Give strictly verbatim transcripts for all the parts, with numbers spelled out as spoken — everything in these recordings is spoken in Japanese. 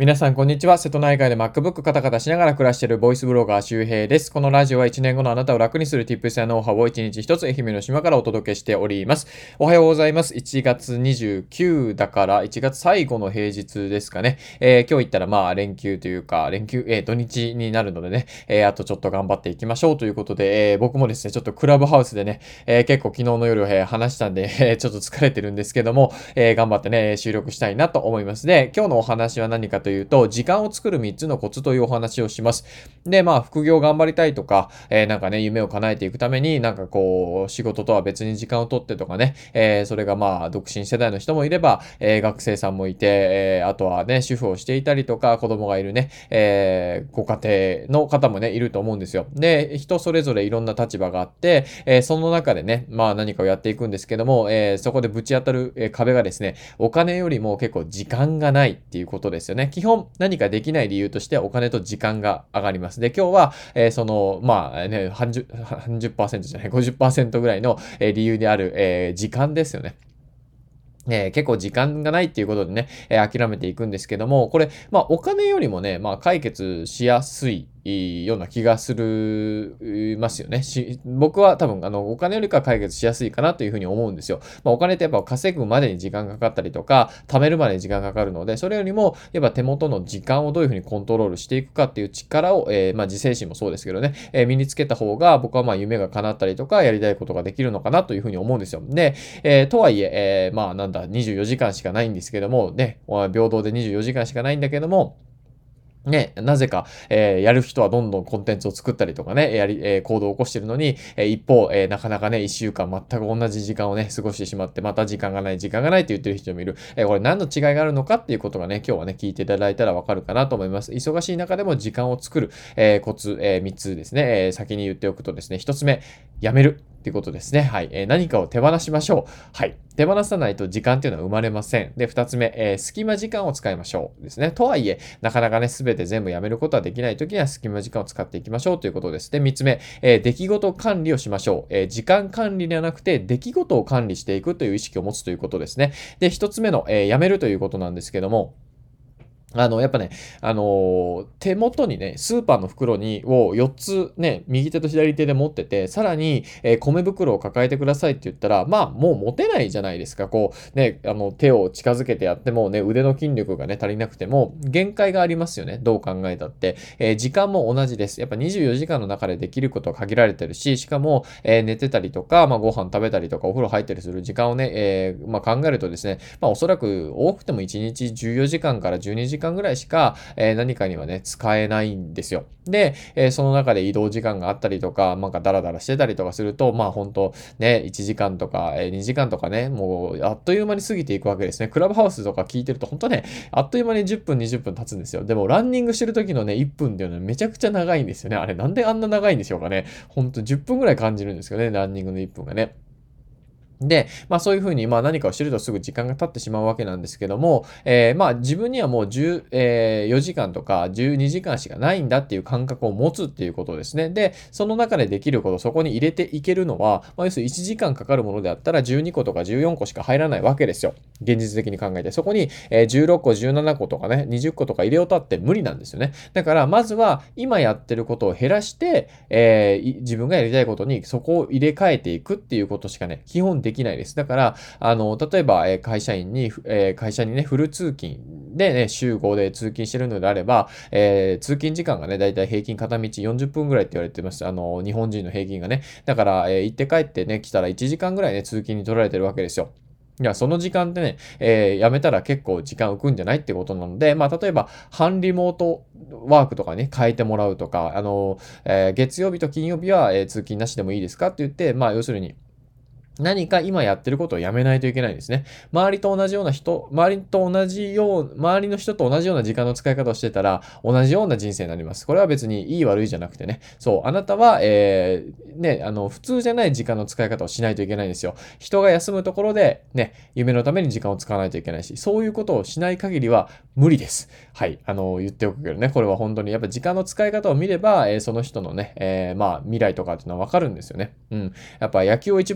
皆さん、こんにちは。瀬戸内海で MacBook カタカタしながら暮らしているボイスブロガー周平です。このラジオはいちねんごのあなたを楽にする Tips やノウハウをいちにちひとつ愛媛の島からお届けしております。おはようございます。いちがつにじゅうくにちだからいちがつ最後の平日ですかね。えー、今日言ったらまあ連休というか、連休、えー、土日になるのでね、えー、あとちょっと頑張っていきましょうということで、えー、僕もですね、ちょっとクラブハウスでね、えー、結構昨日の夜、えー、話したんで、えー、ちょっと疲れてるんですけども、えー、頑張ってね、収録したいなと思います。で、今日のお話は何かというと、時間を作るみっつのコツというお話をします。で、まあ、副業頑張りたいとか、えー、なんかね、夢を叶えていくために、なんかこう、仕事とは別に時間を取ってとかね、えー、それがまあ、独身世代の人もいれば、えー、学生さんもいて、えー、あとはね、主婦をしていたりとか、子供がいるね、えー、ご家庭の方もね、いると思うんですよ。で、人それぞれいろんな立場があって、えー、その中でね、まあ何かをやっていくんですけども、えー、そこでぶち当たる、えー、壁がですね、お金よりも結構時間がないっていうことですよね。基本何かできない理由としてお金と時間が上がります。で、今日は、えー、その、まあね、はんじゅう、はんじゅっパーセントじゃない、ごじゅっパーセントぐらいの、えー理由である、えー時間ですよね。えー結構時間がないっていうことでね、えー諦めていくんですけども、これ、まあお金よりもね、まあ解決しやすいような気がするますよね。し僕は多分、あの、お金よりかは解決しやすいかなというふうに思うんですよ。まあお金ってやっぱ稼ぐまでに時間がかかったりとか、貯めるまでに時間がかかるので、それよりも、やっぱ手元の時間をどういうふうにコントロールしていくかっていう力を、えーまあ自制心もそうですけどね、えー身につけた方が僕はまあ夢が叶ったりとか、やりたいことができるのかなというふうに思うんですよ。で、えーとはいえ、えーまあなんだ、にじゅうよじかんしかないんですけども、ね、平等でにじゅうよじかんしかないんだけども、ね、なぜか、えーやる人はどんどんコンテンツを作ったりとかね、やり、えー行動を起こしてるのに、えー一方、えーなかなかね、一週間全く同じ時間をね、過ごしてしまって、また時間がない、時間がないって言ってる人もいる。えーこれ何の違いがあるのかっていうことがね、今日はね、聞いていただいたらわかるかなと思います。忙しい中でも時間を作る、えーコツ、えーみっつですね、えー先に言っておくとですね、ひとつめ、やめる。っていうことですね。はい。えー何かを手放しましょう。はい。手放さないと時間っていうのは生まれません。で、二つ目、えー隙間時間を使いましょう。ですね。とはいえ、なかなかね、すべて全部やめることはできないときには隙間時間を使っていきましょうということです。で、三つ目、えー出来事管理をしましょう。えー時間管理ではなくて、出来事を管理していくという意識を持つということですね。で、一つ目の、えーやめるということなんですけども、あの、やっぱね、あのー手元にね、スーパーの袋に、をよっつね、右手と左手で持ってて、さらに、えー米袋を抱えてくださいって言ったら、まあ、もう持てないじゃないですか。こう、ね、あの、手を近づけてやってもね、腕の筋力がね、足りなくても、限界がありますよね。どう考えたって。えー時間も同じです。やっぱにじゅうよじかんの中でできることは限られてるし、しかも、えー寝てたりとか、まあ、ご飯食べたりとか、お風呂入ったりする時間をね、えーまあ、考えるとですね、まあ、おそらく多くてもいちにちじゅうよじかんからじゅうにじかんぐらいしか、えー何かにはね、使えないんですよ。で、えーその中で移動時間があったりとか、なんかダラダラしてたりとかすると、まあ本当ね、いちじかんとか、えーにじかんとかね、もうあっという間に過ぎていくわけですね。クラブハウスとか聞いてると本当ね、あっという間にじゅっぷん、にじゅっぷん経つんですよ。でもランニングしてる時のね、いっぷんっていうのはめちゃくちゃ長いんですよね。あれなんであんな長いんでしょうかね。ほんとじゅっぷんぐらい感じるんですよね、ランニングのいっぷんがね。で、まあそういうふうに、まあ何かをしてるとすぐ時間が経ってしまうわけなんですけども、えー、まあ自分にはもうじゅう、えー、よじかんとかじゅうにじかんしかないんだっていう感覚を持つっていうことですね。で、その中でできること、そこに入れていけるのは、まあ要するにいちじかんかかるものであったらじゅうにことかじゅうよんこしか入らないわけですよ。現実的に考えて。そこに、えー、じゅうろっこ、じゅうななことかね、にじゅっことか入れようたって無理なんですよね。だからまずは今やってることを減らして、えー、自分がやりたいことにそこを入れ替えていくっていうことしかね、基本できないです。だから、あの、例えば、えー会社員に、えー会社にね、フル通勤でね、週ごで通勤してるのであれば、えー通勤時間がね、だいたい平均片道よんじゅっぷんぐらいって言われてます。あの、日本人の平均がね。だから、えー行って帰ってね、来たらいちじかんぐらいね、通勤に取られてるわけですよ。いや、その時間ってね、えー、やめたら結構時間浮くんじゃないってことなので、まあ、例えば、半リモートワークとかね、変えてもらうとか、あの、えー月曜日と金曜日は、えー通勤なしでもいいですかって言って、まあ、要するに、何か今やってることをやめないといけないんですね。周りと同じような人、周りと同じよう、周りの人と同じような時間の使い方をしてたら、同じような人生になります。これは別にいい悪いじゃなくてね。そう、あなたは、えー、ね、あの、普通じゃない時間の使い方をしないといけないんですよ。人が休むところで、ね、夢のために時間を使わないといけないし、そういうことをしない限りは無理です。はい。あの、言っておくけどね、これは本当に、やっぱ時間の使い方を見れば、えーその人のね、えーまあ、未来とかっていうのはわかるんですよね。うん。やっぱ野球を一番やってたら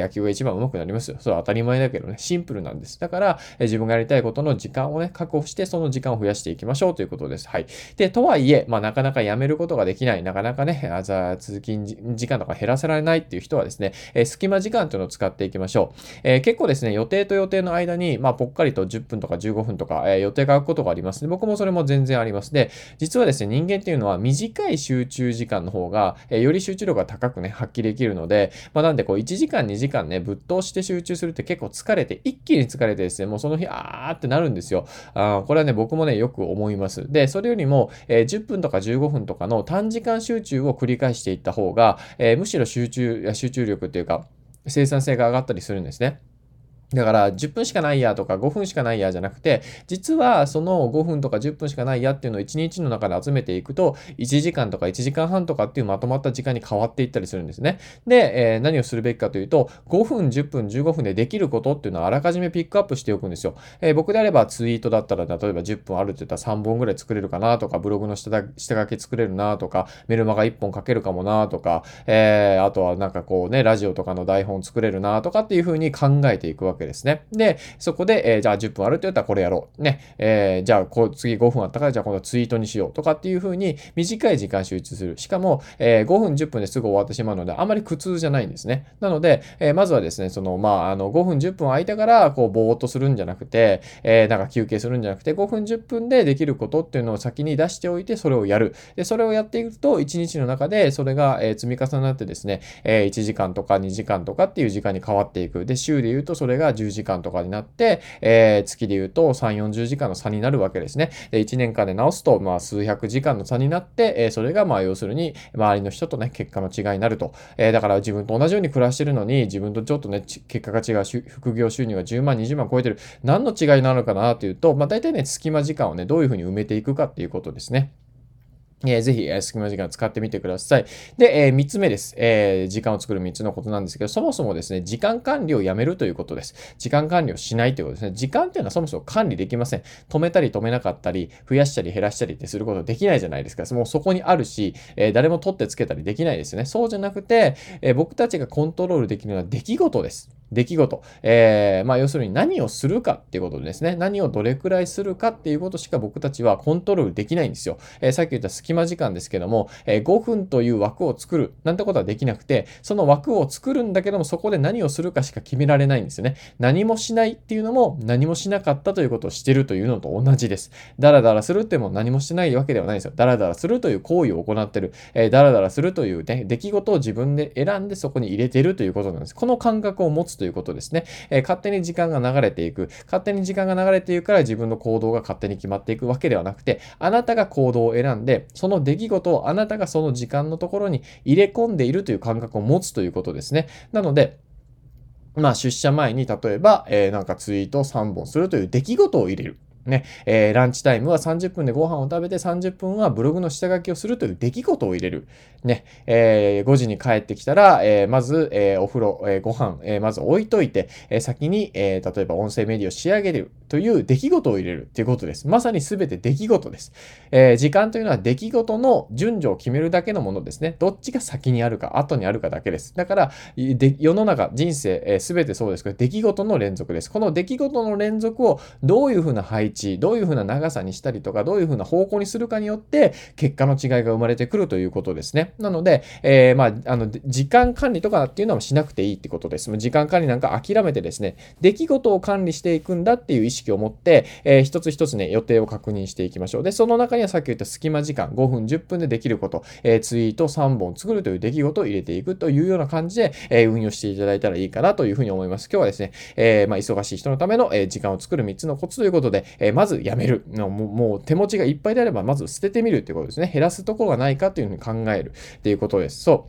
野球が一番上手くなりますよ。それは当たり前だけどね、シンプルなんです。だから、え自分がやりたいことの時間をね、確保して、その時間を増やしていきましょうということです。はい。で、とはいえ、まあ、なかなかやめることができない、なかなかね、あざ通勤時間とか減らせられないっていう人はですね、えー隙間時間というのを使っていきましょう。えー結構ですね、予定と予定の間に、まあ、ぽっかりとじゅっぷんとかじゅうごふんとか、えー予定が空くことがありますで、僕もそれも全然あります。で、実はですね、人間っていうのは短い集中時間の方が、えーより集中力が高くね、発揮できるので、まあ、なんでこう、いちじかん、にじかんね、ぶっ通して集中するって結構疲れて、一気に疲れてですね、もうその日、あーってなるんですよ。あーこれはね、僕もね、よく思います。で、それよりも、えーじゅっぷんとかじゅうごふんとかの短時間集中を繰り返していった方が、えーむしろ集中、や集中力っていうか、生産性が上がったりするんですね。だからじゅっぷんしかないやとかごふんしかないやじゃなくて、実はそのごふんとかじゅっぷんしかないやっていうのをいちにちの中で集めていくと、いちじかんとかいちじかんはんとかっていうまとまった時間に変わっていったりするんですね。で、えー何をするべきかというと、ごふん、じゅっぷん、じゅうごふんでできることっていうのをあらかじめピックアップしておくんですよ。えー僕であればツイートだったら、例えばじゅっぷんあるって言ったらさんぼんぐらい作れるかなとか、ブログの下だ下書き作れるなとか、メルマガいっぽん書けるかもなとか、えーあとはなんかこうね、ラジオとかの台本作れるなとかっていうふうに考えていくわけですね。で、そこで、えーじゃあじゅっぷんあるって言ったらこれやろう。ね。えーじゃあこう次ごふんあったから、じゃあ今度ツイートにしようとかっていう風に短い時間集中する。しかも、えーごふん、じゅっぷんですぐ終わってしまうので、あまり苦痛じゃないんですね。なので、えーまずはですね、その、まあ、あの、ごふん、じゅっぷん空いたから、こう、ぼーっとするんじゃなくて、えーなんか休憩するんじゃなくて、ごふん、じゅっぷんでできることっていうのを先に出しておいて、それをやる。で、それをやっていくと、いちにちの中で、それが、えー積み重なってですね、えーいちじかんとかにじかんとかっていう時間に変わっていく。で、週で言うと、それがじゅうじかんとかになって、えー月で言うとさん、よんじゅうじかんの差になるわけですね。で、いちねんかんで直すと、まあ、数百時間の差になって、えーそれが、まあ、要するに、周りの人とね、結果の違いになると。えーだから自分と同じように暮らしてるのに、自分とちょっとね、ち結果が違う、しゅ副業収入がじゅうまん、にじゅうまん超えてる。何の違いなのかなというと、まあ、大体ね、隙間時間をね、どういうふうに埋めていくかっていうことですね。えーぜひ、えー隙間時間使ってみてください。で、えー、みっつめです。えー時間を作るみっつのことなんですけど、そもそもですね、時間管理をやめるということです。時間管理をしないということですね。時間っていうのはそもそも管理できません。止めたり止めなかったり、増やしたり減らしたりってすることできないじゃないですか。もうそこにあるし、えー誰も取ってつけたりできないですよね。そうじゃなくて、えー僕たちがコントロールできるのは出来事です。出来事。えーまあ、要するに何をするかっていうことですね。何をどれくらいするかっていうことしか僕たちはコントロールできないんですよ。えーさっき言った隙間時間ですけども、えーごふんという枠を作るなんてことはできなくて、その枠を作るんだけども、そこで何をするかしか決められないんですよね。何もしないっていうのも、何もしなかったということをしてるというのと同じです。ダラダラするっても何もしてないわけではないですよ。ダラダラするという行為を行ってる。えーダラダラするという、ね、出来事を自分で選んでそこに入れてるということなんです。この感覚を持つということですね。えー勝手に時間が流れていく。勝手に時間が流れていくから自分の行動が勝手に決まっていくわけではなくて、あなたが行動を選んで、その出来事をあなたがその時間のところに入れ込んでいるという感覚を持つということですね。なので、まあ出社前に例えば、えーなんかツイートをさんぼんするという出来事を入れる。ね、えーランチタイムはさんじゅっぷんでご飯を食べてさんじゅっぷんはブログの下書きをするという出来事を入れる。ね、えーごじに帰ってきたら、えーまず、えーお風呂、えーご飯、えーまず置いといて、えー先に、えー例えば音声メディアを仕上げるという出来事を入れるということです。まさに全て出来事です。えー時間というのは出来事の順序を決めるだけのものですね。どっちが先にあるか、後にあるかだけです。だから、で世の中、人生、えー、全てそうですけど、出来事の連続です。この出来事の連続をどういうふうな配置、どういうふうな長さにしたりとか、どういうふうな方向にするかによって、結果の違いが生まれてくるということですね。なので、えーまあ、あの、時間管理とかっていうのはしなくていいってことです。時間管理なんか諦めてですね、出来事を管理していくんだっていう意識を持って、えー一つ一つね、予定を確認していきましょう。で、その中にはさっき言った隙間時間、ごふん、じゅっぷんでできること、えーツイートさんぼん作るという出来事を入れていくというような感じで、えー運用していただいたらいいかなというふうに思います。今日はですね、えーまあ、忙しい人のための、えー時間を作るみっつのコツということで、えーまずやめる。もうもう手持ちがいっぱいであれば、まず捨ててみるっていうことですね。減らすところがないかというふうに考えるっていうことです。そう。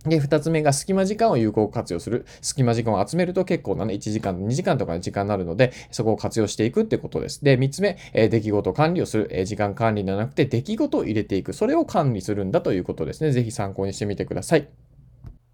で、二つ目が隙間時間を有効活用する。隙間時間を集めると結構なね、いちじかん、にじかんとかの時間になるので、そこを活用していくってことです。で、三つ目、えー出来事管理をする。えー時間管理ではなくて、出来事を入れていく。それを管理するんだということですね。ぜひ参考にしてみてください。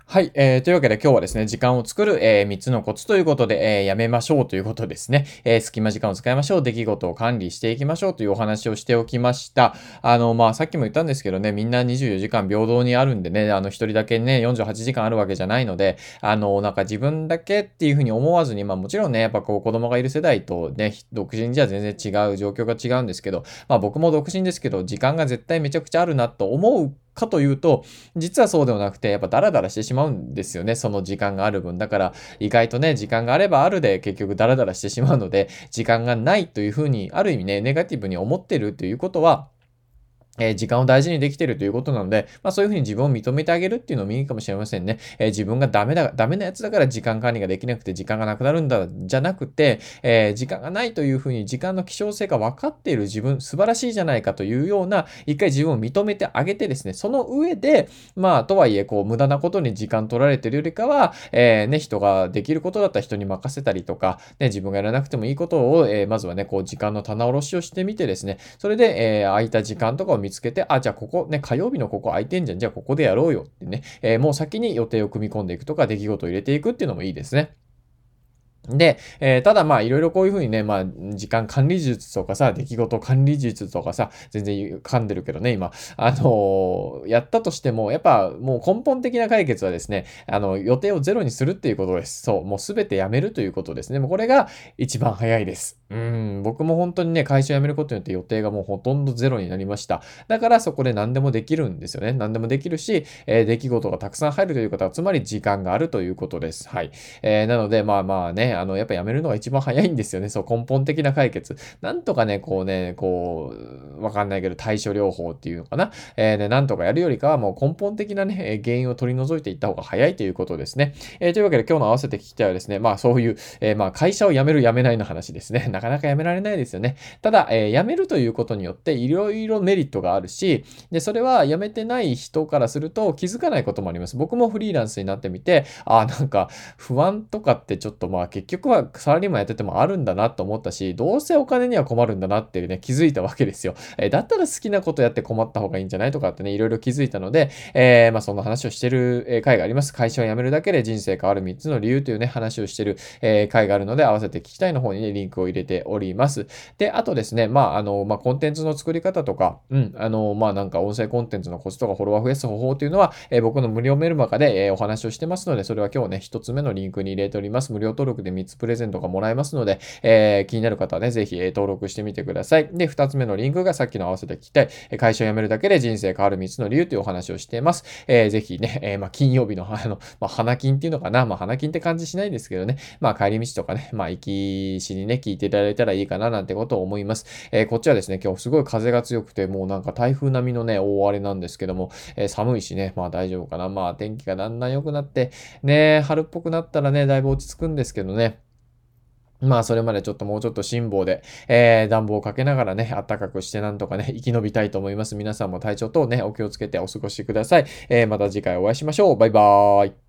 はい、えー、というわけで今日はですね、時間を作る、えー、みっつのコツということで、えー、やめましょうということですね。えー、隙間時間を使いましょう。出来事を管理していきましょうというお話をしておきました。あの、まあ、さっきも言ったんですけどね、みんなにじゅうよじかん平等にあるんでね、あの、一人だけね、よんじゅうはちじかんあるわけじゃないので、あの、なんか自分だけっていうふうに思わずに、まあもちろんね、やっぱこう子供がいる世代とね、独身じゃ全然違う状況が違うんですけど、まあ僕も独身ですけど、時間が絶対めちゃくちゃあるなと思うかというと、実はそうではなくて、やっぱダラダラしてしまうんですよね。その時間がある分。だから、意外とね、時間があればあるで結局ダラダラしてしまうので、時間がないというふうに、ある意味ね、ネガティブに思ってるということは、えー時間を大事にできているということなので、まあそういうふうに自分を認めてあげるっていうのもいいかもしれませんね。えー自分がダメだ、ダメなやつだから時間管理ができなくて時間がなくなるんだ、じゃなくて、えー時間がないというふうに時間の希少性が分かっている自分、素晴らしいじゃないかというような、一回自分を認めてあげてですね、その上で、まあとはいえ、こう無駄なことに時間取られてるよりかは、えーね、人ができることだったら人に任せたりとか、ね、自分がやらなくてもいいことを、えーまずはね、こう時間の棚卸しをしてみてですね、それで、えー空いた時間とかを見つけて、あ、じゃあここね、火曜日のここ空いてんじゃん。じゃあここでやろうよってね、えーもう先に予定を組み込んでいくとか、出来事を入れていくっていうのもいいですね。で、えーただまあいろいろこういうふうにね、まあ時間管理術とかさ、出来事管理術とかさ、全然噛んでるけどね、今。あのーやったとしても、やっぱもう根本的な解決はですね、あの、予定をゼロにするっていうことです。そう、もうすべてやめるということですね。もうこれが一番早いです。うん、僕も本当にね、会社を辞めることによって予定がもうほとんどゼロになりました。だからそこで何でもできるんですよね。何でもできるし、えー出来事がたくさん入るということは、つまり時間があるということです。はい。えーなので、まあまあね、あの、やっぱやめるのが一番早いんですよね。そう、根本的な解決。なんとかね、こうね、こう、わかんないけど、対処療法っていうのかな。えーね、なんとかやるよりかは、もう根本的なね、えー原因を取り除いていった方が早いということですね。えーというわけで、今日の合わせて聞きたいはですね、まあそういう、えーまあ会社を辞める辞めないの話ですね。なかなか辞められないですよね。ただ、えー辞めるということによって、いろいろメリットがあるし、で、それは辞めてない人からすると気づかないこともあります。僕もフリーランスになってみて、あ、なんか、不安とかってちょっとまあ結局はサラリーマンやっててもあるんだなと思ったし、どうせお金には困るんだなってね、気づいたわけですよ。えーだったら好きなことやって困った方がいいんじゃないとかってね、いろいろ気づいたので、えーまあそんな話をしてる、えー回があります。会社を辞めるだけで人生変わるみっつの理由というね、話をしてる、えー回があるので、合わせて聞きたいの方にね、リンクを入れております。で、あとですね、まああの、まあコンテンツの作り方とか、うん、あの、まあなんか音声コンテンツのコツとかフォロワー増やす方法というのは、えー僕の無料メルマガで、えーお話をしてますので、それは今日ね、一つ目のリンクに入れております。無料登録でみっつプレゼントがもらえますので、えー気になる方はね、ぜひ、えー登録してみてください。で、二つ目のリンクがさっきの合わせて聞きたい、えー会社を辞めるだけで人生変わるみっつの理由というお話をしています。えーぜひね、えーまあ、金曜日の、あの、まあ、花金っていうのかな、まあ、花金って感じしないですけどね、まあ、帰り道とかね、まあ、行きしにね、聞いていただいたらいいかななんてことを思います。えーこっちはですね、今日すごい風が強くて、もうなんか台風並みのね、大荒れなんですけども、えー寒いしね、まあ大丈夫かな。まあ天気がだんだん良くなって、ね、春っぽくなったらね、だいぶ落ち着くんですけどね。まあ、それまでちょっともうちょっと辛抱で、えー、暖房をかけながらね、暖かくしてなんとかね、生き延びたいと思います。皆さんも体調等ね、お気をつけてお過ごしください。えー、また次回お会いしましょう。バイバーイ。